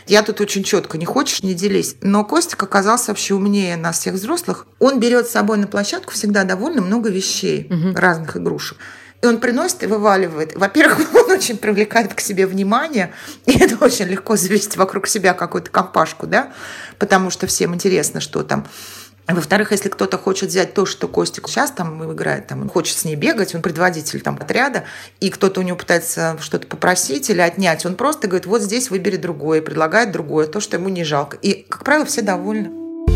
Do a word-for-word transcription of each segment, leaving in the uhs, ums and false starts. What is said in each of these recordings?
Я тут очень четко, не хочешь, не делись. Но Костик оказался вообще умнее нас всех взрослых. Он берет с собой на площадку всегда довольно много вещей, угу. разных игрушек. И он приносит и вываливает. Во-первых, он очень привлекает к себе внимание, и это очень легко завести вокруг себя какую-то компашку, да, потому что всем интересно, что там. Во-вторых, если кто-то хочет взять то, что Костик сейчас там играет, там, он хочет с ней бегать, он предводитель там отряда, и кто-то у него пытается что-то попросить или отнять, он просто говорит, вот здесь выбери другое, предлагает другое, то, что ему не жалко. И, как правило, все довольны.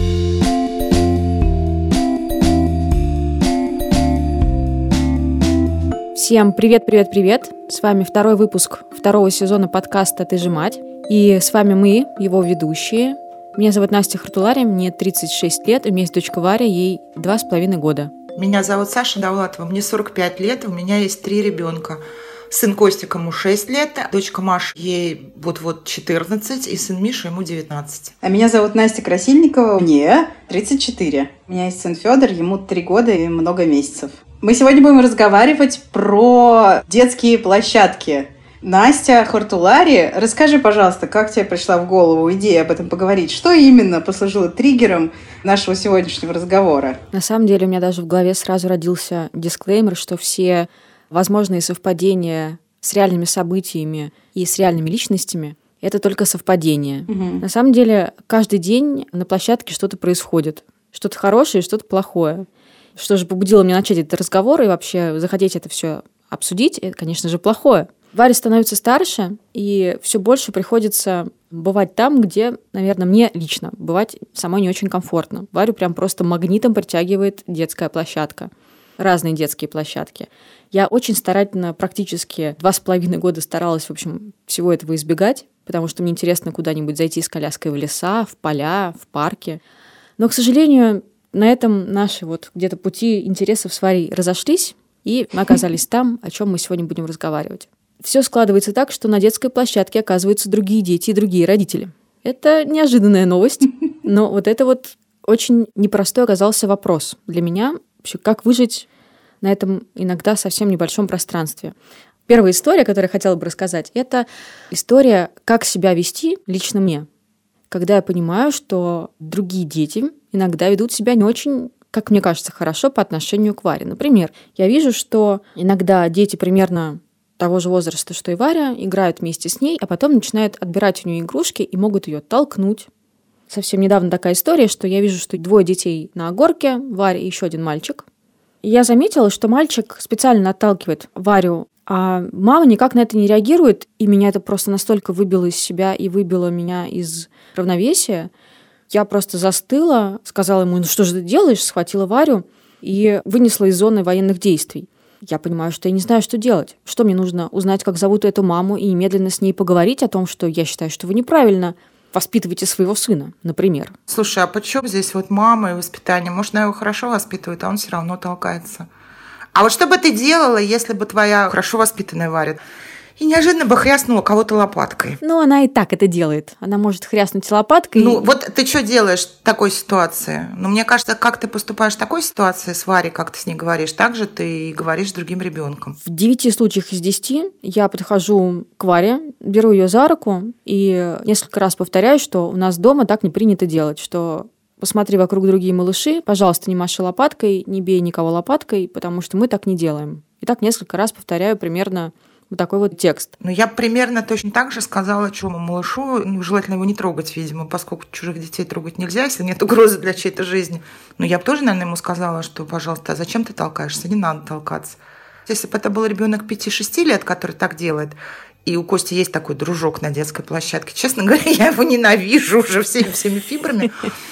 Всем привет-привет-привет! С вами второй выпуск второго сезона подкаста «Ты же мать». И с вами мы, его ведущие. Меня зовут Настя Хартулари, мне тридцать шесть лет, у меня есть дочка Варя, ей два с половиной года. Меня зовут Саша Давлатова, мне сорок пять лет, у меня есть три ребенка. Сын Костика, ему шесть лет, дочка Маша, ей вот-вот четырнадцать, и сын Миша, ему девятнадцать. А меня зовут Настя Красильникова, мне тридцать четыре. У меня есть сын Федор, ему три года и много месяцев. Мы сегодня будем разговаривать про детские площадки. Настя Хартулари, расскажи, пожалуйста, как тебе пришла в голову идея об этом поговорить? Что именно послужило триггером нашего сегодняшнего разговора? На самом деле у меня даже в голове сразу родился дисклеймер, что все возможные совпадения с реальными событиями и с реальными личностями — это только совпадение. Угу. На самом деле каждый день на площадке что-то происходит. Что-то хорошее, что-то плохое. Что же побудило меня начать этот разговор и вообще захотеть это все обсудить? Это, конечно же, плохое. Варя становится старше, и все больше приходится бывать там, где, наверное, мне лично бывать самой не очень комфортно. Варю прям просто магнитом притягивает детская площадка. Разные детские площадки. Я очень старательно, практически два с половиной года старалась, в общем, всего этого избегать, потому что мне интересно куда-нибудь зайти с коляской в леса, в поля, в парки. Но, к сожалению, на этом наши вот где-то пути интересов с Варей разошлись, и мы оказались там, о чем мы сегодня будем разговаривать. Все складывается так, что на детской площадке оказываются другие дети и другие родители. Это неожиданная новость, но вот это вот очень непростой оказался вопрос для меня. Вообще, как выжить на этом иногда совсем небольшом пространстве. Первая история, которую я хотела бы рассказать, это история, как себя вести лично мне, когда я понимаю, что другие дети иногда ведут себя не очень, как мне кажется, хорошо по отношению к Варе. Например, я вижу, что иногда дети примерно того же возраста, что и Варя, играют вместе с ней, а потом начинают отбирать у нее игрушки и могут ее толкнуть. Совсем недавно такая история, что я вижу, что двое детей на горке, Варя и еще один мальчик. И я заметила, что мальчик специально отталкивает Варю, а мама никак на это не реагирует, и меня это просто настолько выбило из себя и выбило меня из равновесия. Я просто застыла, сказала ему, ну что же ты делаешь, схватила Варю и вынесла из зоны военных действий. Я понимаю, что я не знаю, что делать. Что мне нужно? Узнать, как зовут эту маму, и немедленно с ней поговорить о том, что я считаю, что вы неправильно воспитываете своего сына, например. Слушай, а почему здесь вот мама и воспитание? Может, она его хорошо воспитывает, а он все равно толкается. А вот что бы ты делала, если бы твоя хорошо воспитанная Варя и неожиданно бы хряснула кого-то лопаткой? Ну, она и так это делает. Она может хряснуть лопаткой. Ну, вот ты что делаешь в такой ситуации? Ну, мне кажется, как ты поступаешь в такой ситуации с Варей, как ты с ней говоришь, так же ты и говоришь с другим ребенком. В девяти случаях из десяти я подхожу к Варе, беру ее за руку и несколько раз повторяю, что у нас дома так не принято делать, что посмотри вокруг другие малыши, пожалуйста, не маши лопаткой, не бей никого лопаткой, потому что мы так не делаем. И так несколько раз повторяю примерно вот такой вот текст. Ну, я примерно точно так же сказала чему малышу, ну, желательно его не трогать, видимо, поскольку чужих детей трогать нельзя, если нет угрозы для чьей-то жизни. Но я бы тоже, наверное, ему сказала, что, пожалуйста, а зачем ты толкаешься? Не надо толкаться. Если бы это был ребенок пяти-шести лет, который так делает, и у Кости есть такой дружок на детской площадке, честно говоря, я его ненавижу уже всеми, всеми фибрами.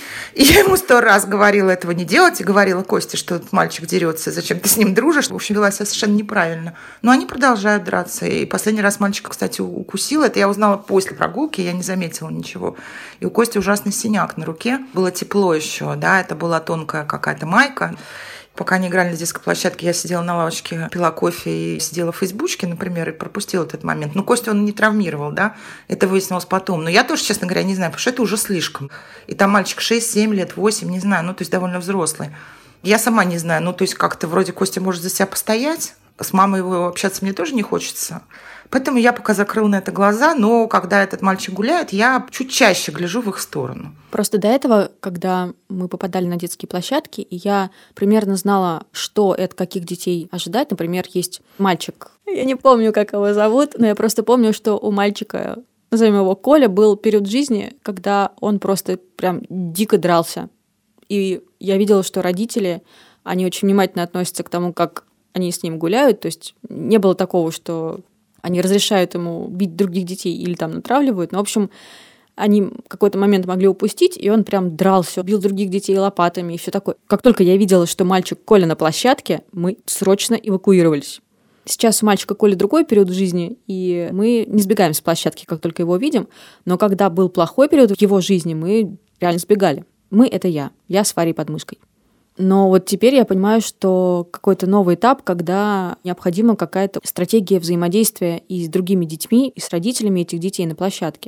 И я ему сто раз говорила этого не делать, и говорила Косте, что этот мальчик дерется, зачем ты с ним дружишь. В общем, вела себя совершенно неправильно. Но они продолжают драться. И последний раз мальчика, кстати, укусила. Это я узнала после прогулки, я не заметила ничего. И у Кости ужасный синяк на руке. Было тепло еще, да, это была тонкая какая-то майка. Пока они играли на детской площадке, я сидела на лавочке, пила кофе и сидела в фейсбучке, например, и пропустила этот момент. Ну, Костю он не травмировал, да, это выяснилось потом. Но я тоже, честно говоря, не знаю, потому что это уже слишком. И там мальчик шесть-семь лет, восемь, не знаю, ну, то есть довольно взрослый. Я сама не знаю, ну, то есть как-то вроде Костя может за себя постоять, с мамой его общаться мне тоже не хочется, Поэтому я пока закрыла на это глаза, но когда этот мальчик гуляет, я чуть чаще гляжу в их сторону. Просто до этого, когда мы попадали на детские площадки, и я примерно знала, что и от каких детей ожидать. Например, есть мальчик. Я не помню, как его зовут, но я просто помню, что у мальчика, назовем его Коля, был период жизни, когда он просто прям дико дрался. И я видела, что родители, они очень внимательно относятся к тому, как они с ним гуляют. То есть не было такого, что они разрешают ему бить других детей или там натравливают. Но, в общем, они в какой-то момент могли упустить, и он прям дрался, бил других детей лопатами и все такое. Как только я видела, что мальчик Коля на площадке, мы срочно эвакуировались. Сейчас у мальчика Коли другой период в жизни, и мы не сбегаем с площадки, как только его видим. Но когда был плохой период в его жизни, мы реально сбегали. Мы — это я. Я с Варей под мышкой. Но вот теперь я понимаю, что какой-то новый этап, когда необходима какая-то стратегия взаимодействия и с другими детьми, и с родителями этих детей на площадке.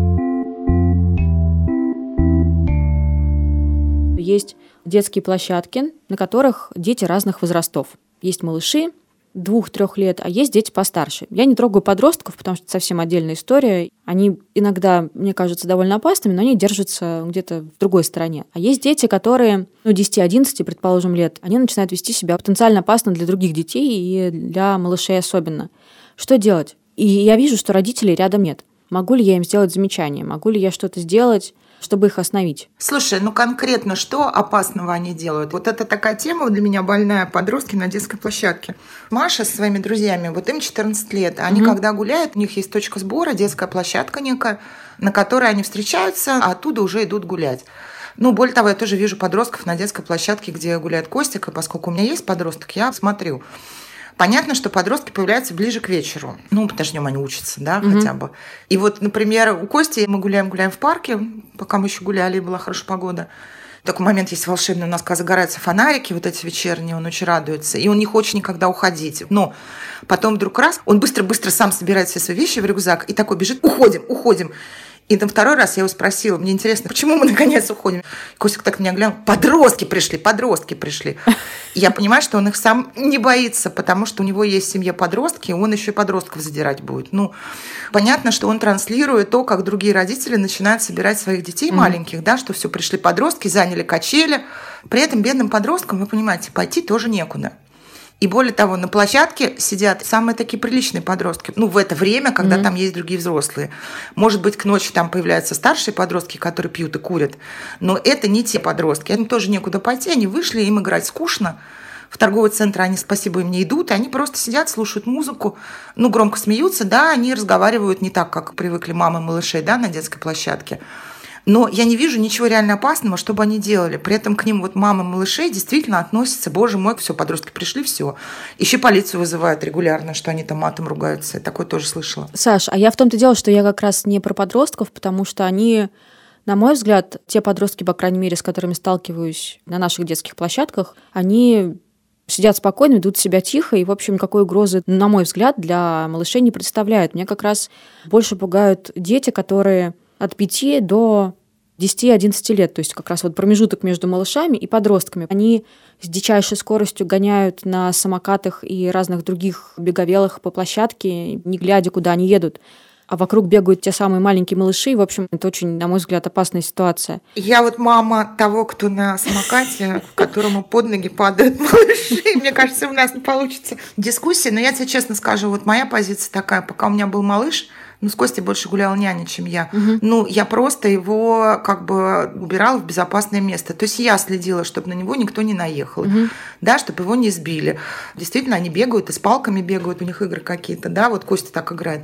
Есть детские площадки, на которых дети разных возрастов. Есть малыши двух-трех лет, а есть дети постарше. Я не трогаю подростков, потому что это совсем отдельная история. Они иногда, мне кажутся, довольно опасными, но они держатся где-то в другой стороне. А есть дети, которые, ну, десять-одиннадцать, предположим, лет, они начинают вести себя потенциально опасно для других детей и для малышей особенно. Что делать? И я вижу, что родителей рядом нет. Могу ли я им сделать замечание? Могу ли я что-то сделать, чтобы их остановить? Слушай, ну конкретно что опасного они делают? Вот это такая тема для меня больная, подростки на детской площадке. Маша со своими друзьями, вот им четырнадцать лет, они угу. когда гуляют, у них есть точка сбора, детская площадка некая, на которой они встречаются, а оттуда уже идут гулять. Ну, более того, я тоже вижу подростков на детской площадке, где гуляет Костик, и поскольку у меня есть подросток, я смотрю. Понятно, что подростки появляются ближе к вечеру. Ну, потому что днем они учатся, да, mm-hmm. хотя бы. И вот, например, у Кости мы гуляем-гуляем в парке, пока мы еще гуляли, и была хорошая погода. Такой момент есть волшебный. У нас, когда загораются фонарики, вот эти вечерние, он очень радуется. И он не хочет никогда уходить. Но потом вдруг раз, он быстро-быстро сам собирает все свои вещи в рюкзак и такой бежит: уходим, уходим. И на второй раз я его спросила, мне интересно, почему мы наконец уходим? Костик так на меня глянул: подростки пришли, подростки пришли. И я понимаю, что он их сам не боится, потому что у него есть в семье подростки, и он еще и подростков задирать будет. Ну, понятно, что он транслирует то, как другие родители начинают собирать своих детей mm-hmm. маленьких, да, что все пришли подростки, заняли качели. При этом бедным подросткам, вы понимаете, пойти тоже некуда. И более того, на площадке сидят самые такие приличные подростки. Ну, в это время, когда mm-hmm. там есть другие взрослые. Может быть, к ночи там появляются старшие подростки, которые пьют и курят. Но это не те подростки. Им тоже некуда пойти. Они вышли, им играть скучно. В торговый центр они, спасибо им, не идут. Они просто сидят, слушают музыку. Ну, громко смеются, да. Они разговаривают не так, как привыкли мамы малышей, да, на детской площадке. Но я не вижу ничего реально опасного, что бы они делали. При этом к ним вот мамы малышей действительно относятся: боже мой, все, подростки пришли, все. Еще полицию вызывают регулярно, что они там матом ругаются. Я такое тоже слышала. Саш, а я в том-то дело, что я как раз не про подростков, потому что они, на мой взгляд, те подростки, по крайней мере, с которыми сталкиваюсь на наших детских площадках, они сидят спокойно, ведут себя тихо и, в общем, никакой угрозы, на мой взгляд, для малышей не представляют. Меня как раз больше пугают дети, которые от пяти до десяти-одиннадцати лет, то есть как раз вот промежуток между малышами и подростками. Они с дичайшей скоростью гоняют на самокатах и разных других беговелах по площадке, не глядя, куда они едут. А вокруг бегают те самые маленькие малыши. В общем, это очень, на мой взгляд, опасная ситуация. Я вот мама того, кто на самокате, которому под ноги падают малыши. Мне кажется, у нас не получится дискуссии. Но я тебе честно скажу, вот моя позиция такая: пока у меня был малыш, ну, с Костей больше гуляла няня, чем я. Угу. Ну, я просто его как бы убирала в безопасное место. То есть я следила, чтобы на него никто не наехал, угу. да, чтобы его не сбили. Действительно, они бегают и с палками бегают, у них игры какие-то, да, вот Костя так играет.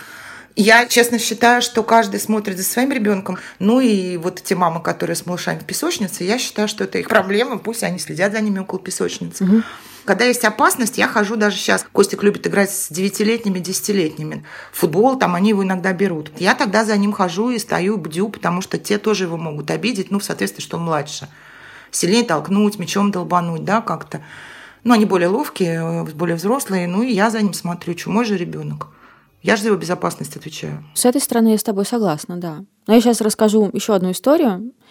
Я, честно, считаю, что каждый смотрит за своим ребенком. Ну и вот те мамы, которые с малышами в песочнице, я считаю, что это их проблема, пусть они следят за ними около песочницы. Угу. Когда есть опасность, я хожу даже сейчас. Костик любит играть с девятилетними, десятилетними. Футбол, там они его иногда берут. Я тогда за ним хожу и стою, бдю, потому что те тоже его могут обидеть, ну, в соответствии, что он младше. Сильнее толкнуть, мячом долбануть, да, как-то. Ну, они более ловкие, более взрослые, ну, и я за ним смотрю, что мой же ребенок. Я же за его безопасность отвечаю. С этой стороны я с тобой согласна, да. Но я сейчас расскажу еще одну историю.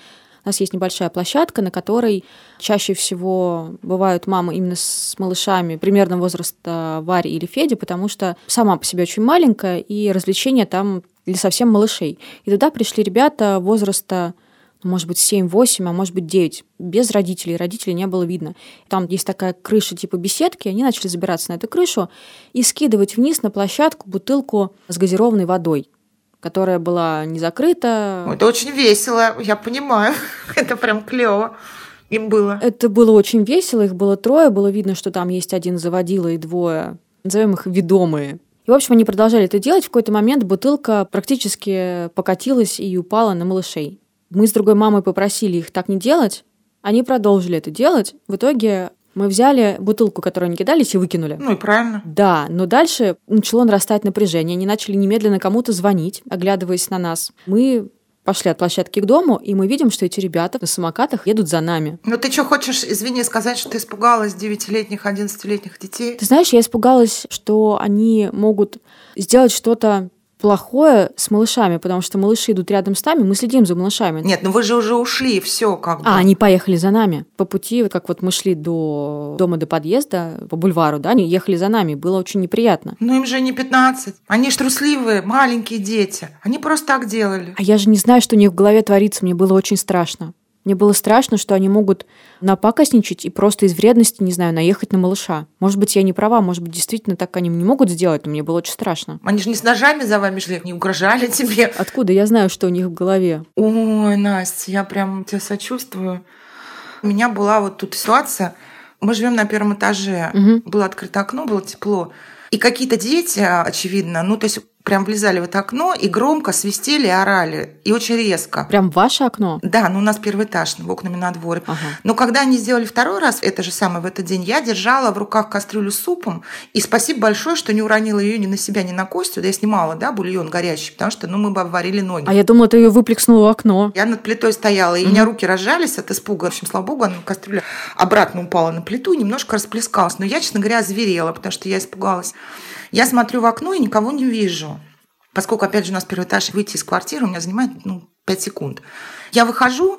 У нас есть небольшая площадка, на которой чаще всего бывают мамы именно с малышами примерно возраста Вари или Феди, потому что сама по себе очень маленькая, и развлечения там для совсем малышей. И туда пришли ребята возраста, может быть, семь-восемь, а может быть, девять. Без родителей. Родителей не было видно. Там есть такая крыша типа беседки. Они начали забираться на эту крышу и скидывать вниз на площадку бутылку с газированной водой, которая была не закрыта. Это очень весело, я понимаю. Это прям клево им было. Это было очень весело. Их было трое. Было видно, что там есть один заводила и двое, назовем их ведомые. И, в общем, они продолжали это делать. В какой-то момент бутылка практически покатилась и упала на малышей. Мы с другой мамой попросили их так не делать. Они продолжили это делать. В итоге мы взяли бутылку, которую они кидались, и выкинули. Ну и правильно. Да, но дальше начало нарастать напряжение. Они начали немедленно кому-то звонить, оглядываясь на нас. Мы пошли от площадки к дому, и мы видим, что эти ребята на самокатах едут за нами. Ну ты что, хочешь, извини, сказать, что ты испугалась девятилетних, одиннадцатилетних детей? Ты знаешь, я испугалась, что они могут сделать что-то плохое с малышами, потому что малыши идут рядом с нами, мы следим за малышами. Нет, ну вы же уже ушли, все как бы. А, они поехали за нами. По пути, вот как вот мы шли до дома, до подъезда, по бульвару, да, они ехали за нами, было очень неприятно. Ну им же не пятнадцать, они ж трусливые, маленькие дети, они просто так делали. А я же не знаю, что у них в голове творится, мне было очень страшно. Мне было страшно, что они могут напакостничать и просто из вредности, не знаю, наехать на малыша. Может быть, я не права, может быть, действительно так они не могут сделать, но мне было очень страшно. Они же не с ножами за вами шли, не угрожали тебе. Откуда я знаю, что у них в голове? Ой, Настя, я прям тебя сочувствую. У меня была вот тут ситуация. Мы живем на первом этаже. Угу. Было открыто окно, было тепло. И какие-то дети, очевидно, ну, то есть прям влезали в это окно и громко свистели и орали. И очень резко. Прям в ваше окно? Да, ну у нас первый этаж, окнами на дворе. Ага. Но когда они сделали второй раз, это же самое в этот день, я держала в руках кастрюлю с супом. И спасибо большое, что не уронила ее ни на себя, ни на Костю. Да я снимала, да, бульон горячий, потому что, ну, мы бы обварили ноги. А я думала, ты ее выплеснула в окно. Я над плитой стояла, и mm-hmm. у меня руки разжались от испуга. В общем, слава богу, она кастрюля обратно упала на плиту и немножко расплескалась. Но я, честно говоря, зверела, потому что я испугалась. Я смотрю в окно и никого не вижу. Поскольку, опять же, у нас первый этаж, выйти из квартиры у меня занимает ну, пять секунд. Я выхожу,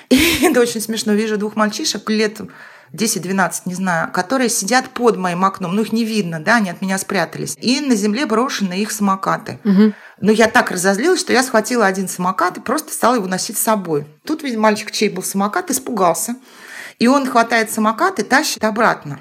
и это очень смешно, вижу двух мальчишек лет десять-двенадцать, не знаю, которые сидят под моим окном. Ну, их не видно, да, они от меня спрятались. И на земле брошены их самокаты. Угу. Но я так разозлилась, что я схватила один самокат и просто стала его носить с собой. Тут, видимо, мальчик, чей был самокат, испугался. И он хватает самокат и тащит обратно.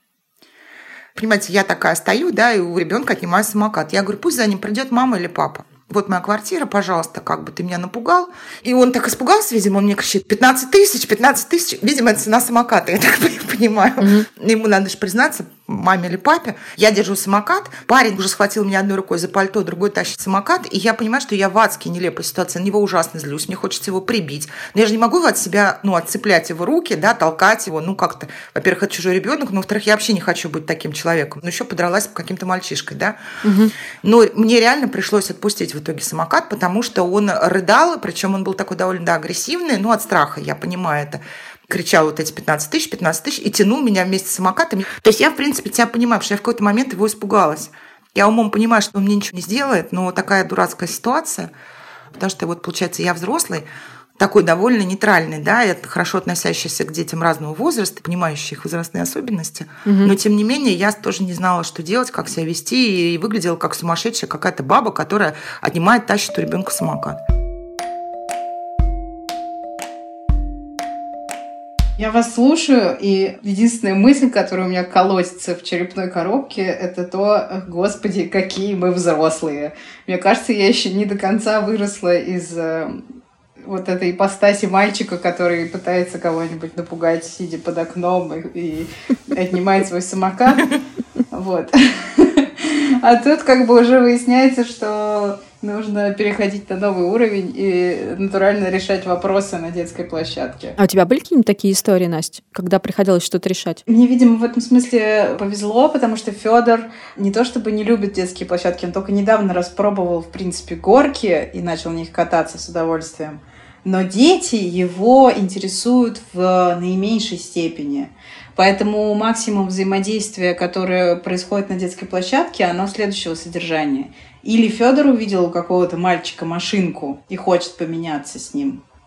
Понимаете, я такая стою, да, и у ребенка отнимаю самокат. Я говорю, пусть за ним придет мама или папа. Вот моя квартира, пожалуйста, как бы ты меня напугал. И он так испугался, видимо, он мне кричит, пятнадцать тысяч, пятнадцать тысяч. Видимо, это цена самоката, я так понимаю. Mm-hmm. Ему надо же признаться, маме или папе. Я держу самокат, парень уже схватил меня одной рукой за пальто, другой тащит самокат, и я понимаю, что я в адски нелепой ситуации, на него ужасно злюсь, мне хочется его прибить. Но я же не могу от себя, ну, отцеплять его руки, да, толкать его, ну, как-то. Во-первых, это чужой ребенок, но, во-вторых, я вообще не хочу быть таким человеком. Но еще подралась с каким-то мальчишкой, да. Mm-hmm. Но мне реально пришлось отпустить в итоге самокат, потому что он рыдал, причем он был такой довольно да, агрессивный, ну, от страха, я понимаю это. Кричал вот эти пятнадцать тысяч, пятнадцать тысяч и тянул меня вместе с самокатом. То есть я, в принципе, тебя понимаю, потому что я в какой-то момент его испугалась. Я умом понимаю, что он мне ничего не сделает, но такая дурацкая ситуация, потому что вот, получается, я взрослый, такой довольно нейтральный, да, и хорошо относящийся к детям разного возраста, понимающий их возрастные особенности, угу. но, тем не менее, я тоже не знала, что делать, как себя вести, и выглядела как сумасшедшая какая-то баба, которая отнимает, тащит у ребенка самокат. Я вас слушаю, и единственная мысль, которая у меня колотится в черепной коробке, это то, господи, какие мы взрослые. Мне кажется, я еще не до конца выросла из вот этой ипостаси мальчика, который пытается кого-нибудь напугать, сидя под окном и, и отнимает свой самокат. Вот. А тут как бы уже выясняется, что нужно переходить на новый уровень и натурально решать вопросы на детской площадке. А у тебя были какие-нибудь такие истории, Настя, когда приходилось что-то решать? Мне, видимо, в этом смысле повезло, потому что Федор не то чтобы не любит детские площадки, он только недавно распробовал, в принципе, горки и начал на них кататься с удовольствием. Но дети его интересуют в наименьшей степени. Поэтому максимум взаимодействия, которое происходит на детской площадке, оно следующего содержания. Или Федор увидел у какого-то мальчика машинку и хочет поменяться с ним.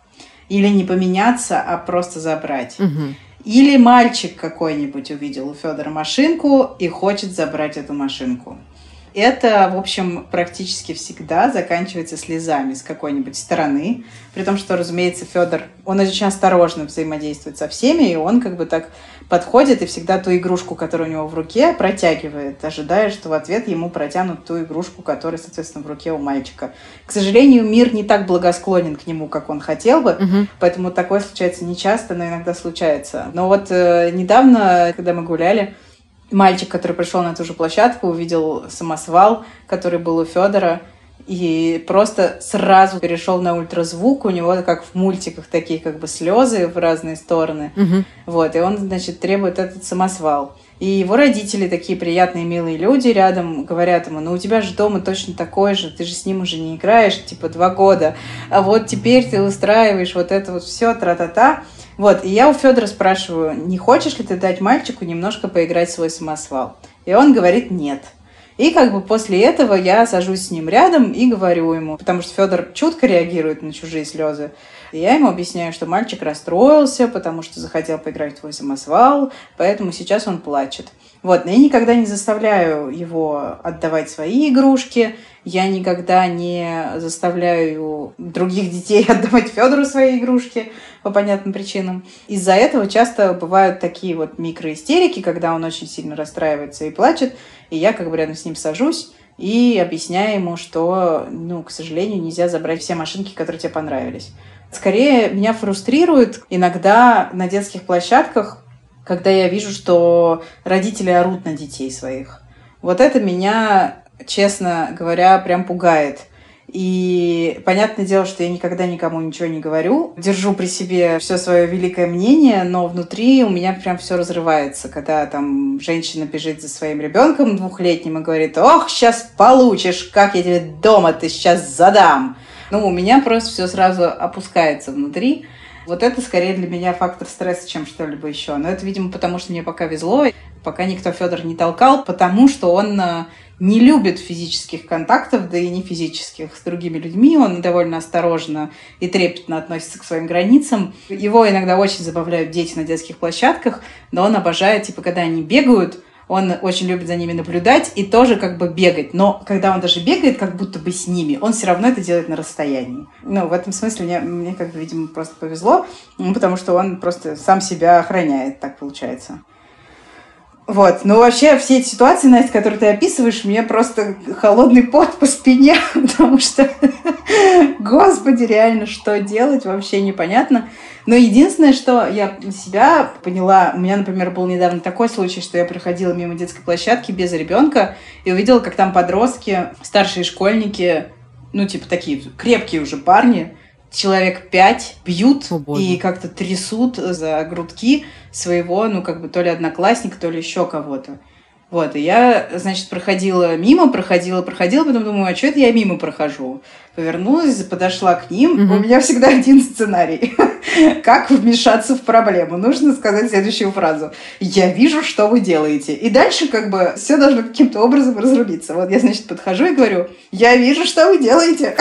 Или не поменяться, а просто забрать. Угу. Или мальчик какой-нибудь увидел у Федора машинку и хочет забрать эту машинку. Это, в общем, практически всегда заканчивается слезами с какой-нибудь стороны. При том, что, разумеется, Федор, он очень осторожно взаимодействует со всеми, и он как бы так подходит и всегда ту игрушку, которая у него в руке, протягивает, ожидая, что в ответ ему протянут ту игрушку, которая, соответственно, в руке у мальчика. К сожалению, мир не так благосклонен к нему, как он хотел бы, угу. поэтому такое случается нечасто, но иногда случается. Но вот э, недавно, когда мы гуляли, мальчик, который пришел на ту же площадку, увидел самосвал, который был у Федора, и просто сразу перешел на ультразвук. У него, как в мультиках, такие как бы слезы в разные стороны. Угу. Вот, и он, значит, требует этот самосвал. И его родители, такие приятные, милые люди, рядом говорят ему: ну у тебя же дома точно такой же, ты же с ним уже не играешь, типа, два года, а вот теперь ты устраиваешь вот это вот все, тра-та-та. Вот, и я у Федора спрашиваю: не хочешь ли ты дать мальчику немножко поиграть в свой самосвал? И он говорит: нет. И как бы после этого я сажусь с ним рядом и говорю ему, потому что Федор чутко реагирует на чужие слезы. И я ему объясняю, что мальчик расстроился, потому что захотел поиграть в твой самосвал, поэтому сейчас он плачет. Вот, но я никогда не заставляю его отдавать свои игрушки, я никогда не заставляю других детей отдавать Федору свои игрушки по понятным причинам. Из-за этого часто бывают такие вот микроистерики, когда он очень сильно расстраивается и плачет, и я как бы рядом с ним сажусь и объясняю ему, что, ну, к сожалению, нельзя забрать все машинки, которые тебе понравились. Скорее, меня фрустрирует иногда на детских площадках, когда я вижу, что родители орут на детей своих. Вот это меня, честно говоря, прям пугает. И понятное дело, что я никогда никому ничего не говорю. Держу при себе все свое великое мнение, но внутри у меня прям все разрывается, когда там женщина бежит за своим ребенком двухлетним и говорит: ох, сейчас получишь, как я тебе дома ты сейчас задам. Ну, у меня просто все сразу опускается внутри. Вот это скорее для меня фактор стресса, чем что-либо еще. Но это, видимо, потому что мне пока везло, пока никто Федор не толкал, потому что он не любит физических контактов, да и не физических, с другими людьми. Он довольно осторожно и трепетно относится к своим границам. Его иногда очень забавляют дети на детских площадках, но он обожает, типа, когда они бегают, он очень любит за ними наблюдать и тоже как бы бегать. Но когда он даже бегает как будто бы с ними, он все равно это делает на расстоянии. Ну, в этом смысле мне, мне как бы, видимо, просто повезло, потому что он просто сам себя охраняет, так получается. Вот. Ну, вообще, все эти ситуации, Настя, которые ты описываешь, мне просто холодный пот по спине, потому что, господи, реально, что делать, вообще непонятно. Но единственное, что я для себя поняла, у меня, например, был недавно такой случай, что я проходила мимо детской площадки без ребенка и увидела, как там подростки, старшие школьники, ну, типа такие крепкие уже парни, человек пять, бьют О, и как-то трясут за грудки своего, ну, как бы то ли одноклассника, то ли еще кого-то. Вот, и я, значит, проходила мимо, проходила, проходила, потом думаю: а что это я мимо прохожу? Повернулась, подошла к ним. Mm-hmm. У меня всегда один сценарий. Как вмешаться в проблему? Нужно сказать следующую фразу: я вижу, что вы делаете. И дальше как бы все должно каким-то образом разрулиться. Вот я, значит, подхожу и говорю: я вижу, что вы делаете.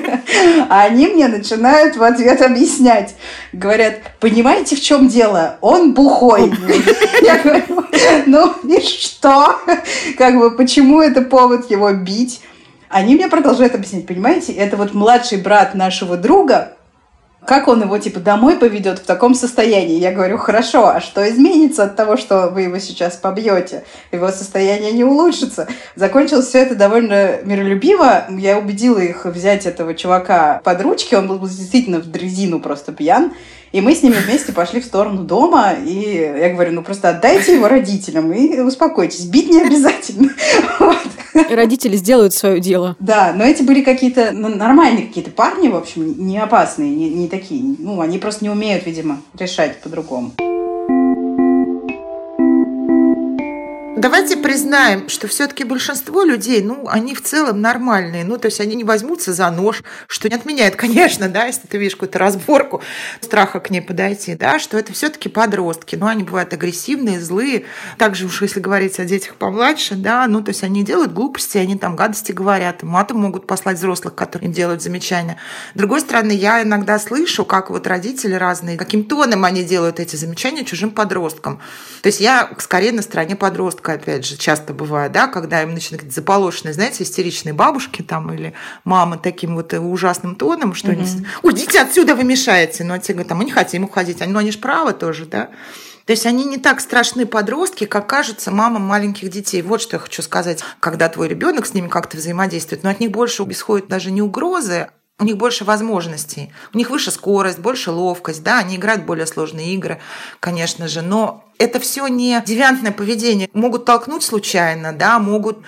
А они мне начинают в ответ объяснять. Говорят: понимаете, в чем дело? Он бухой. Я говорю: ну и что? Как бы почему это повод его бить? Они мне продолжают объяснять: понимаете, это вот младший брат нашего друга, как он его типа домой поведет в таком состоянии? Я говорю: хорошо, а что изменится от того, что вы его сейчас побьете? Его состояние не улучшится. Закончилось все это довольно миролюбиво. Я убедила их взять этого чувака под ручки, он был действительно в дрезину просто пьян. И мы с ними вместе пошли в сторону дома, и я говорю: ну просто отдайте его родителям и успокойтесь, бить не обязательно. Вот. И родители сделают свое дело. Да, но эти были какие-то, ну, нормальные какие-то парни, в общем, не опасные, не, не такие. Ну, они просто не умеют, видимо, решать по-другому. Давайте признаем, что все-таки большинство людей, ну, они в целом нормальные. Ну, то есть они не возьмутся за нож, что не отменяет, конечно, да, если ты видишь какую-то разборку, страха к ней подойти, да, что это все-таки подростки. Ну, они бывают агрессивные, злые. Также уж если говорить о детях помладше, да, ну, то есть они делают глупости, они там гадости говорят, матом могут послать взрослых, которые им делают замечания. С другой стороны, я иногда слышу, как вот родители разные, каким тоном они делают эти замечания чужим подросткам. То есть я скорее на стороне подростка, опять же, часто бывает, да, когда им начинают заполошенные, знаете, истеричные бабушки там или мамы таким вот ужасным тоном, что mm-hmm. они... Уйдите отсюда, вы мешаете. Но те говорят, мы не хотим уходить. Ну, они же правы тоже, да. То есть они не так страшны подростки, как кажутся мамам маленьких детей. Вот что я хочу сказать. Когда твой ребенок с ними как-то взаимодействует, но от них больше исходит даже не угрозы, у них больше возможностей, у них выше скорость, больше ловкость, да, они играют более сложные игры, конечно же, но это все не девиантное поведение. Могут толкнуть случайно, да, могут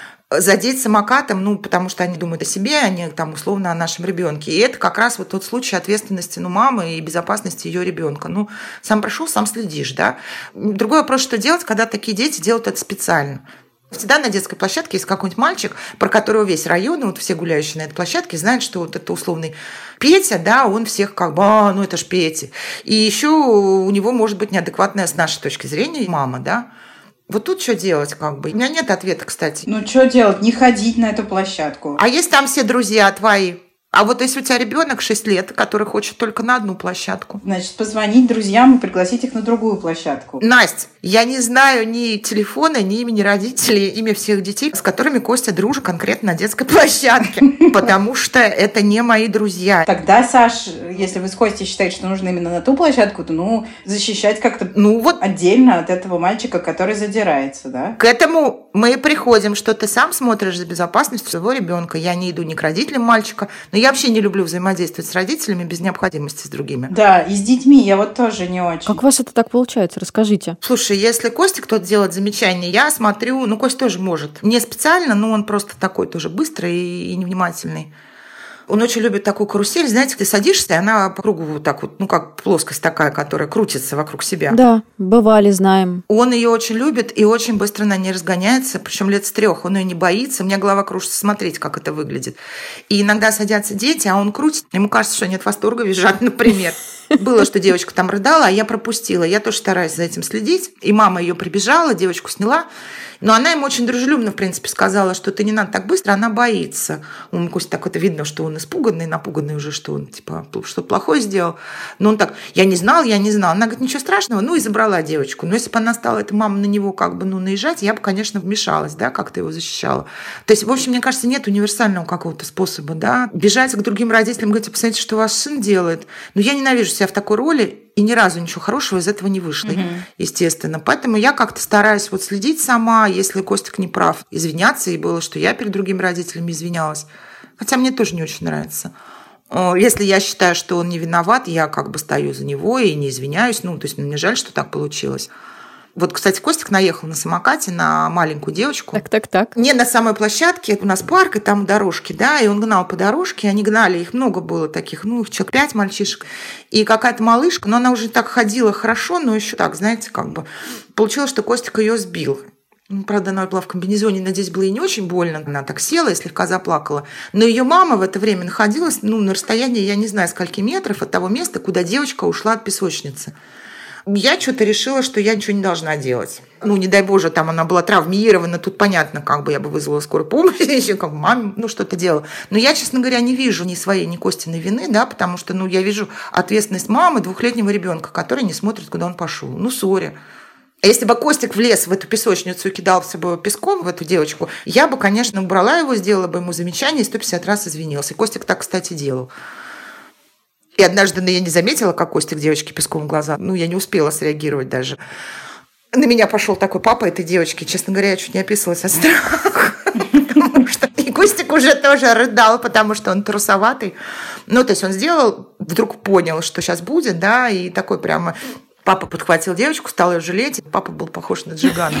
задеть самокатом, ну, потому что они думают о себе, они там условно о нашем ребенке. И это как раз вот тот случай ответственности, ну, мамы и безопасности ее ребенка. Ну, сам пришел, сам следишь, да. Другой вопрос, что делать, когда такие дети делают это специально. Всегда на детской площадке есть какой-нибудь мальчик, про которого весь район, вот все гуляющие на этой площадке, знают, что вот это условный Петя, да, он всех как бы, а, ну это ж Петя. И еще у него может быть неадекватная с нашей точки зрения мама, да. Вот тут что делать, как бы? У меня нет ответа, кстати. Ну что делать? Не ходить на эту площадку. А есть там все друзья твои? А вот если у тебя ребенок шесть лет, который хочет только на одну площадку? Значит, позвонить друзьям и пригласить их на другую площадку. Настя, я не знаю ни телефона, ни имени родителей, имя всех детей, с которыми Костя дружит конкретно на детской площадке, потому что это не мои друзья. Тогда, Саш, если вы с Костей считаете, что нужно именно на ту площадку, то, ну, защищать как-то ну, вот отдельно от этого мальчика, который задирается, да? К этому мы и приходим, что ты сам смотришь за безопасностью своего ребенка. Я не иду ни к родителям мальчика, но я вообще не люблю взаимодействовать с родителями без необходимости с другими. Да, и с детьми я вот тоже не очень. Как у вас это так получается? Расскажите. Слушай, если Костя кто-то делает замечание, я смотрю, ну, Костя тоже может. Не специально, но он просто такой тоже быстрый и невнимательный. Он очень любит такую карусель, знаете, ты садишься, и она по кругу вот так вот, ну, как плоскость такая, которая крутится вокруг себя. Да, бывали, знаем. Он ее очень любит и очень быстро на ней разгоняется, причем лет с трех. Он ее не боится, у меня голова кружится смотреть, как это выглядит. И иногда садятся дети, а он крутит, ему кажется, что они от восторга визжат, например. Было, что девочка там рыдала, а я пропустила. Я тоже стараюсь за этим следить. И мама ее прибежала, девочку сняла. Но она ему очень дружелюбно, в принципе, сказала, что ты не надо так быстро, она боится. У Костя так это видно, что он испуганный, напуганный уже, что он типа что-то плохое сделал. Но он так, я не знал, я не знал. Она говорит, ничего страшного, ну и забрала девочку. Но если бы она стала, эта мама, на него как бы ну, наезжать, я бы, конечно, вмешалась, да, как-то его защищала. То есть, в общем, мне кажется, нет универсального какого-то способа, да. Бежать к другим родителям, говорить, посмотрите, что ваш сын делает. Но я ненавижу себя в такой роли, и ни разу ничего хорошего из этого не вышло, mm-hmm. естественно. Поэтому я как-то стараюсь вот следить сама, если Костик не прав, извиняться. И было, что я перед другими родителями извинялась. Хотя мне тоже не очень нравится. Если я считаю, что он не виноват, я как бы стою за него и не извиняюсь. Ну, то есть мне жаль, что так получилось. Вот, кстати, Костик наехал на самокате на маленькую девочку. Так, так, так. Не на самой площадке, у нас парк, и там дорожки, да, и он гнал по дорожке, они гнали, их много было таких, ну, их человек пять мальчишек, и какая-то малышка, но она уже так ходила хорошо, но еще так, знаете, как бы, получилось, что Костик ее сбил. Правда, она была в комбинезоне, надеюсь, было ей не очень больно. Она так села и слегка заплакала. Но ее мама в это время находилась, ну, на расстоянии, я не знаю, скольки метров от того места, куда девочка ушла от песочницы. Я что-то решила, что я ничего не должна делать. Ну, не дай боже, там она была травмирована, тут понятно, как бы я бы вызвала скорую помощь, еще как бы маме, ну, что-то делала. Но я, честно говоря, не вижу ни своей, ни Костиной вины, да, потому что, ну, я вижу ответственность мамы двухлетнего ребенка, который не смотрит, куда он пошел. Ну, сори. А если бы Костик влез в эту песочницу и кидался бы песком в эту девочку, я бы, конечно, убрала его, сделала бы ему замечание и сто пятьдесят раз извинился. И Костик так, кстати, делал. И однажды, ну, я не заметила, как Костик девочке песком в глаза. Ну, я не успела среагировать даже. На меня пошел такой папа этой девочки. Честно говоря, я чуть не описалась от страха. Потому что и Костик уже тоже рыдал, потому что он трусоватый. Ну, то есть он сделал, вдруг понял, что сейчас будет, да, и такой прямо... Папа подхватил девочку, стал ее жалеть. Папа был похож на Джигана.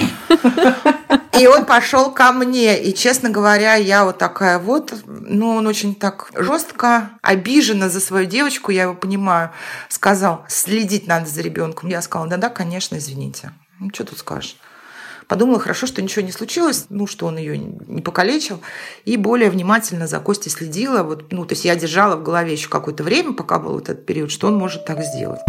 И он пошел ко мне. И, честно говоря, я вот такая вот, ну, он очень так жестко, обиженно за свою девочку, я его понимаю, сказал, следить надо за ребенком. Я сказала, да-да, конечно, извините. Ну, что тут скажешь? Подумала, хорошо, что ничего не случилось, ну, что он ее не покалечил, и более внимательно за Костей следила. Вот, ну, то есть я держала в голове еще какое-то время, пока был вот этот период, что он может так сделать.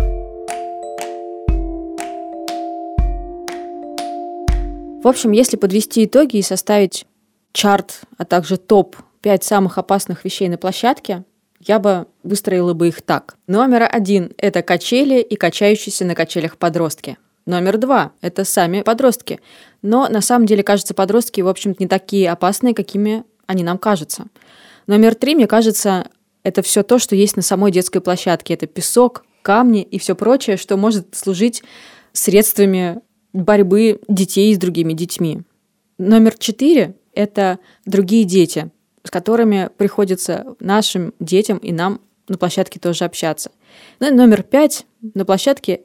В общем, если подвести итоги и составить чарт, а также топ пять самых опасных вещей на площадке, я бы выстроила бы их так. Номер один – это качели и качающиеся на качелях подростки. Номер два – это сами подростки. Но на самом деле, кажется, подростки, в общем-то, не такие опасные, какими они нам кажутся. Номер три, мне кажется, это все то, что есть на самой детской площадке. Это песок, камни и все прочее, что может служить средствами борьбы детей с другими детьми. Номер четыре – это другие дети, с которыми приходится нашим детям и нам на площадке тоже общаться. Ну и номер пять на площадке,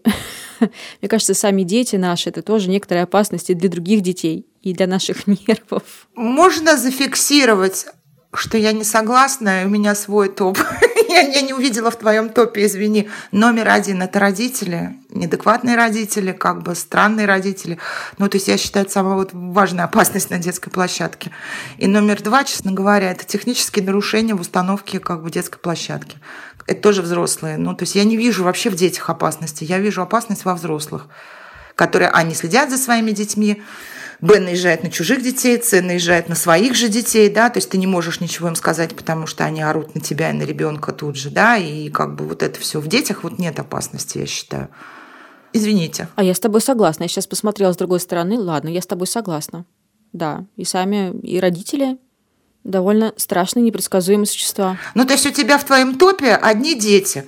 мне кажется, сами дети наши – это тоже некоторые опасности для других детей и для наших нервов. Можно зафиксировать, что я не согласна, у меня свой топ. я, я не увидела в твоем топе, извини. Номер один – это родители, неадекватные родители, как бы странные родители. Ну, то есть я считаю, это самая вот важная опасность на детской площадке. И номер два, честно говоря, это технические нарушения в установке как бы детской площадки. Это тоже взрослые. Ну, то есть я не вижу вообще в детях опасности, я вижу опасность во взрослых, которые, а, не следят за своими детьми, Б, наезжает на чужих детей, С, наезжает на своих же детей, да, то есть ты не можешь ничего им сказать, потому что они орут на тебя и на ребенка тут же, да, и как бы вот это все. В детях вот нет опасности, я считаю. Извините. А я с тобой согласна. Я сейчас посмотрела с другой стороны. Ладно, я с тобой согласна. Да, и сами, и родители довольно страшные, непредсказуемые существа. Ну, то есть у тебя в твоем топе одни дети.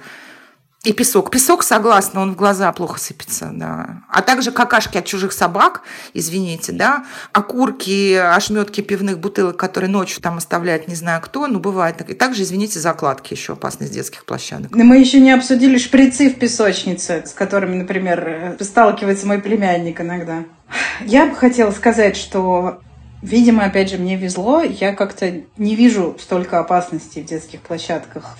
И песок. Песок, согласна, он в глаза плохо сыпется, да. А также какашки от чужих собак, извините, да, окурки, ошметки пивных бутылок, которые ночью там оставляет не знаю кто, ну, бывает. И также, извините, закладки еще опасны с детских площадок. Но мы еще не обсудили шприцы в песочнице, с которыми, например, сталкивается мой племянник иногда. Я бы хотела сказать, что, видимо, опять же, мне везло, я как-то не вижу столько опасностей в детских площадках.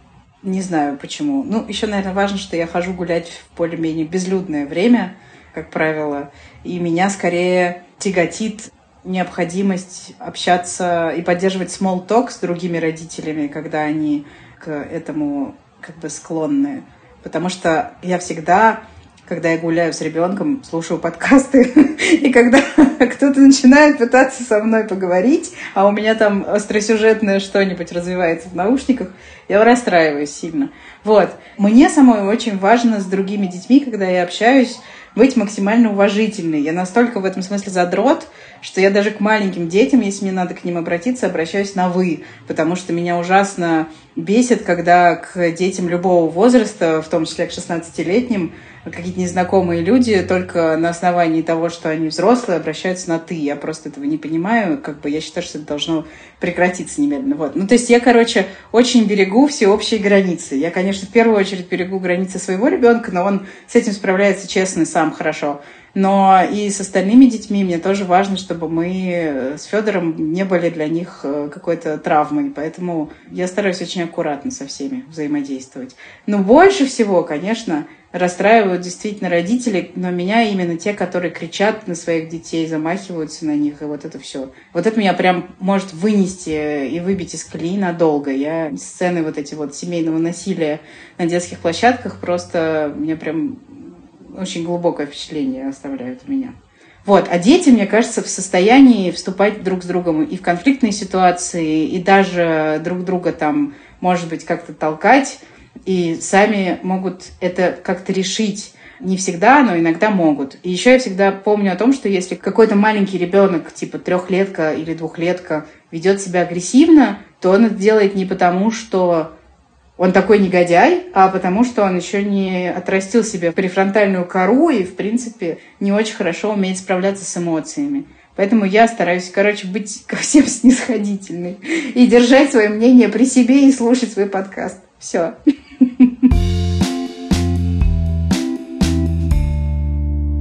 Не знаю почему. Ну, еще, наверное, важно, что я хожу гулять в более-менее безлюдное время, как правило, и меня скорее тяготит необходимость общаться и поддерживать small talk с другими родителями, когда они к этому как бы склонны. Потому что я всегда, когда я гуляю с ребенком, слушаю подкасты, и когда кто-то начинает пытаться со мной поговорить, а у меня там остросюжетное что-нибудь развивается в наушниках, я расстраиваюсь сильно. Вот. Мне самой очень важно с другими детьми, когда я общаюсь, быть максимально уважительной. Я настолько в этом смысле задрот, что я даже к маленьким детям, если мне надо к ним обратиться, обращаюсь на «вы», потому что меня ужасно бесит, когда к детям любого возраста, в том числе к шестнадцатилетним, какие-то незнакомые люди только на основании того, что они взрослые, обращаются на «ты». Я просто этого не понимаю. Как бы я считаю, что это должно прекратиться немедленно. Вот. Ну, то есть я, короче, очень берегу все общие границы. Я, конечно, в первую очередь берегу границы своего ребенка, но он с этим справляется честно сам хорошо. Но и с остальными детьми мне тоже важно, чтобы мы с Федором не были для них какой-то травмой. Поэтому я стараюсь очень аккуратно со всеми взаимодействовать. Но больше всего, конечно, расстраивают действительно родители, но меня именно те, которые кричат на своих детей, замахиваются на них, и вот это все. Вот это меня прям может вынести и выбить из колеи надолго. Я сцены вот эти вот семейного насилия на детских площадках просто меня прям очень глубокое впечатление оставляют у меня. Вот. А дети, мне кажется, в состоянии вступать друг с другом и в конфликтные ситуации, и даже друг друга там, может быть, как-то толкать, и сами могут это как-то решить. Не всегда, но иногда могут. И еще я всегда помню о том, что если какой-то маленький ребенок, типа трехлетка или двухлетка, ведет себя агрессивно, то он это делает не потому, что он такой негодяй, а потому что он еще не отрастил себе префронтальную кору и, в принципе, не очень хорошо умеет справляться с эмоциями. Поэтому я стараюсь, короче, быть ко всем снисходительной и держать свое мнение при себе и слушать свой подкаст. Все. А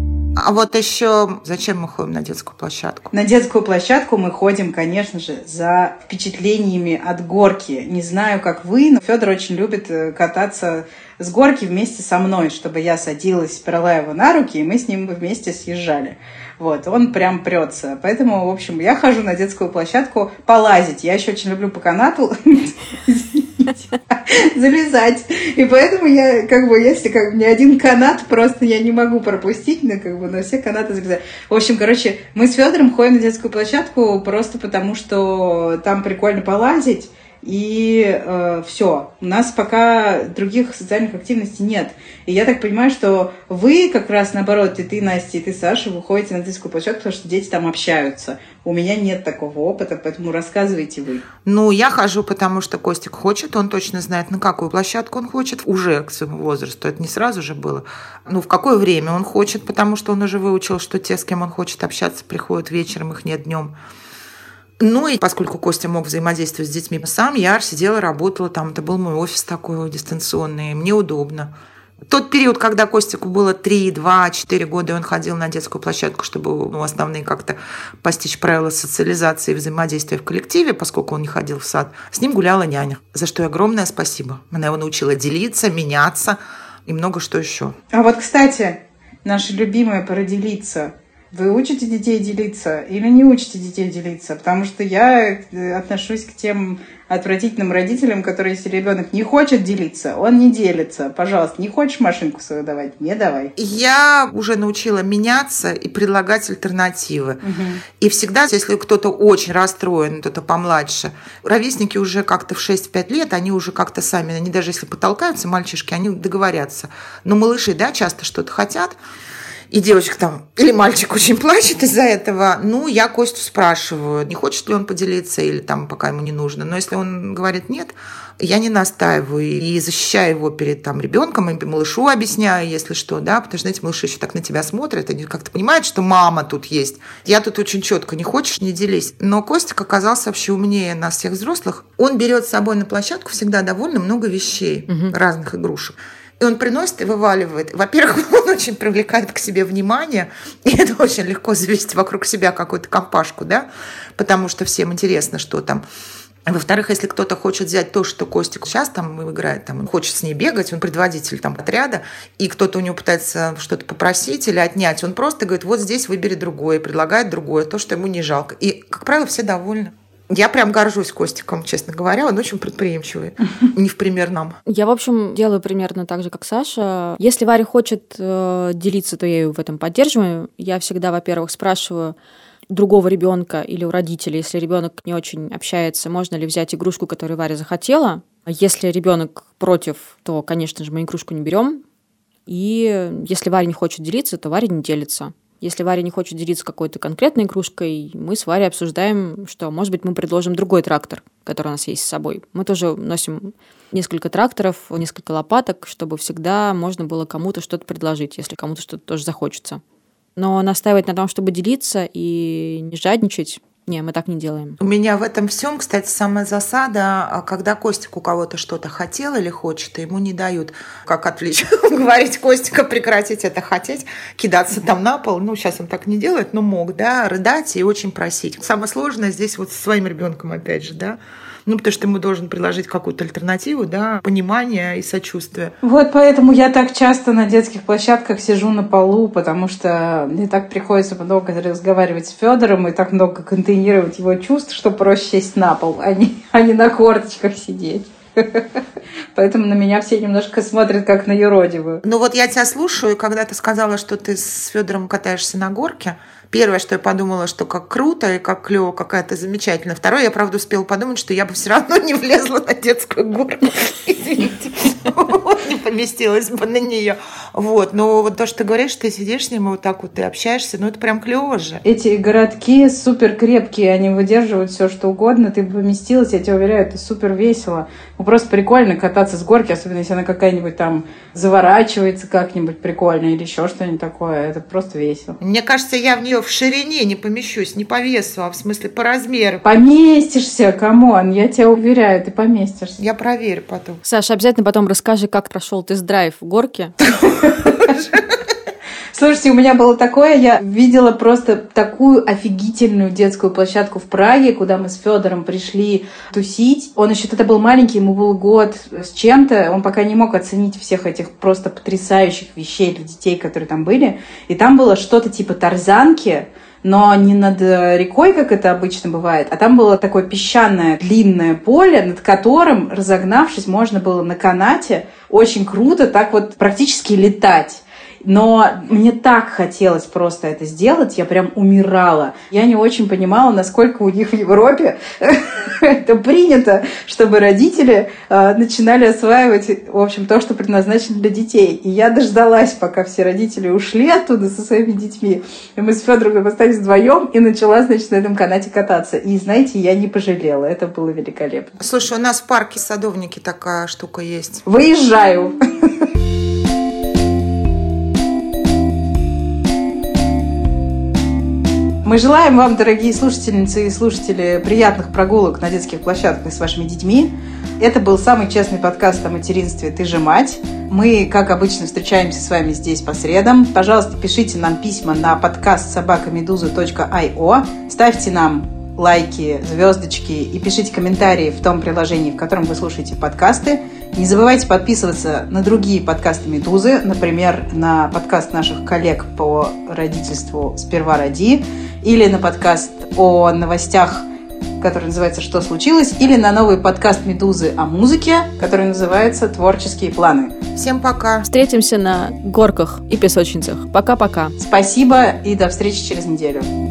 А вот еще зачем мы ходим на детскую площадку? На детскую площадку мы ходим, конечно же, за впечатлениями от горки. Не знаю, как вы, но Федор очень любит кататься с горки вместе со мной, чтобы я садилась, брала его на руки, и мы с ним вместе съезжали. Вот, он прям прется. Поэтому, в общем, я хожу на детскую площадку полазить. Я еще очень люблю по канату залезать. И поэтому я, как бы, если как бы ни один канат просто я не могу пропустить, но как бы на все канаты залезать. В общем, короче, мы с Федором ходим на детскую площадку просто потому, что там прикольно полазить. И э, все. У нас пока других социальных активностей нет. И я так понимаю, что вы как раз наоборот, и ты, Настя, и ты, Саша, вы ходите на детскую площадку, потому что дети там общаются. У меня нет такого опыта, поэтому рассказывайте вы. Ну, я хожу, потому что Костик хочет, он точно знает, на какую площадку он хочет, уже к своему возрасту. Это не сразу же было. Ну, в какое время он хочет, потому что он уже выучил, что те, с кем он хочет общаться, приходят вечером, их нет днем. Ну и поскольку Костя мог взаимодействовать с детьми сам, я сидела, работала там. Это был мой офис такой дистанционный, мне удобно. Тот период, когда Костику было три, два, четыре года, и он ходил на детскую площадку, чтобы ну, основные как-то постичь правила социализации и взаимодействия в коллективе, поскольку он не ходил в сад, с ним гуляла няня, за что огромное спасибо. Она его научила делиться, меняться и много что еще. А вот, кстати, наша любимая про делиться. Вы учите детей делиться или не учите детей делиться? Потому что я отношусь к тем отвратительным родителям, которые, если ребенок не хочет делиться, он не делится. Пожалуйста, не хочешь машинку свою давать? Не давай. Я уже научила меняться и предлагать альтернативы. Угу. И всегда, если кто-то очень расстроен, кто-то помладше, ровесники уже как-то в шесть-пять лет, они уже как-то сами, они даже если потолкаются, мальчишки, они договорятся. Но малыши, да, часто что-то хотят. И девочка там, или мальчик очень плачет из-за этого, ну, я Костю спрашиваю, не хочет ли он поделиться, или там пока ему не нужно. Но если он говорит нет, я не настаиваю и защищаю его перед там ребенком, и малышу объясняю, если что, да, потому что, знаете, малыши еще так на тебя смотрят, они как-то понимают, что мама тут есть. Я тут очень четко, не хочешь, не делись. Но Костик оказался вообще умнее нас всех взрослых. Он берет с собой на площадку всегда довольно много вещей, угу. разных игрушек. И он приносит и вываливает. Во-первых, он очень привлекает к себе внимание, и это очень легко завести вокруг себя какую-то компашку, да, потому что всем интересно, что там. Во-вторых, если кто-то хочет взять то, что Костик сейчас там играет, там, он хочет с ней бегать, он предводитель там отряда, и кто-то у него пытается что-то попросить или отнять, он просто говорит, вот здесь выбери другое, предлагает другое, то, что ему не жалко. И, как правило, все довольны. Я прям горжусь Костиком, честно говоря. Он очень предприимчивый. Не в пример нам. Я, в общем, делаю примерно так же, как Саша. Если Варя хочет э, делиться, то я ее в этом поддерживаю. Я всегда, во-первых, спрашиваю другого ребенка или у родителей, если ребенок не очень общается, можно ли взять игрушку, которую Варя захотела. Если ребенок против, то, конечно же, мы игрушку не берем. И если Варя не хочет делиться, то Варя не делится. Если Варя не хочет делиться какой-то конкретной игрушкой, мы с Варей обсуждаем, что, может быть, мы предложим другой трактор, который у нас есть с собой. Мы тоже носим несколько тракторов, несколько лопаток, чтобы всегда можно было кому-то что-то предложить, если кому-то что-то тоже захочется. Но настаивать на том, чтобы делиться и не жадничать, не, мы так не делаем. У меня в этом всем, кстати, самая засада, когда Костик у кого-то что-то хотел или хочет, и ему не дают, как отвлечь, говорить Костика, прекратить это хотеть, кидаться там на пол. Ну, сейчас он так не делает, но мог, да, рыдать и очень просить. Самое сложное здесь вот со своим ребенком, опять же, да, ну, потому что ему должен предложить какую-то альтернативу, да, понимание и сочувствие. Вот поэтому я так часто на детских площадках сижу на полу, потому что мне так приходится много разговаривать с Федором и так много контейнировать его чувств, что проще сесть на пол, а не, а не на корточках сидеть. Поэтому на меня все немножко смотрят как на юродивую. Ну вот я тебя слушаю, и когда ты сказала, что ты с Федором катаешься на горке, первое, что я подумала, что как круто и как клево, какая ты замечательная. Второе, я, правда, успела подумать, что я бы все равно не влезла на детскую горку. Извините. Не поместилась бы на нее. Вот. Но вот то, что ты говоришь, ты сидишь с ним и вот так вот ты общаешься, ну это прям клево же. Эти городки супер крепкие, они выдерживают все что угодно. Ты бы поместилась, я тебе уверяю, это супер весело. Ну, просто прикольно кататься с горки, особенно если она какая-нибудь там заворачивается как-нибудь прикольно или еще что-нибудь такое. Это просто весело. Мне кажется, я в нее в ширине не помещусь, не по весу, а в смысле по размеру. Поместишься, камон, я тебя уверяю, ты поместишься. Я проверю потом. Саша, обязательно потом расскажи, как прошел тест-драйв в горке. Слушайте, у меня было такое, я видела просто такую офигительную детскую площадку в Праге, куда мы с Федором пришли тусить. Он еще тогда был маленький, ему был год с чем-то, он пока не мог оценить всех этих просто потрясающих вещей для детей, которые там были. И там было что-то типа тарзанки, но не над рекой, как это обычно бывает, а там было такое песчаное длинное поле, над которым, разогнавшись, можно было на канате очень круто так вот практически летать. Но мне так хотелось просто это сделать, я прям умирала. Я не очень понимала, насколько у них в Европе это принято, чтобы родители начинали осваивать, в общем, то, что предназначено для детей. И я дождалась, пока все родители ушли оттуда со своими детьми. И мы с Федором остались вдвоем, и начала, значит, на этом канате кататься. И, знаете, я не пожалела. Это было великолепно. Слушай, у нас в парке Садовники такая штука есть. Выезжаю. Мы желаем вам, дорогие слушательницы и слушатели, приятных прогулок на детских площадках с вашими детьми. Это был самый честный подкаст о материнстве «Ты же мать». Мы, как обычно, встречаемся с вами здесь по средам. Пожалуйста, пишите нам письма на подкаст собака медуза точка ай о. Ставьте нам лайки, звездочки и пишите комментарии в том приложении, в котором вы слушаете подкасты. Не забывайте подписываться на другие подкасты «Медузы», например, на подкаст наших коллег по родительству «Сперва роди», или на подкаст о новостях, который называется «Что случилось?», или на новый подкаст «Медузы» о музыке, который называется «Творческие планы». Всем пока. Встретимся на горках и песочницах. Пока-пока. Спасибо и до встречи через неделю.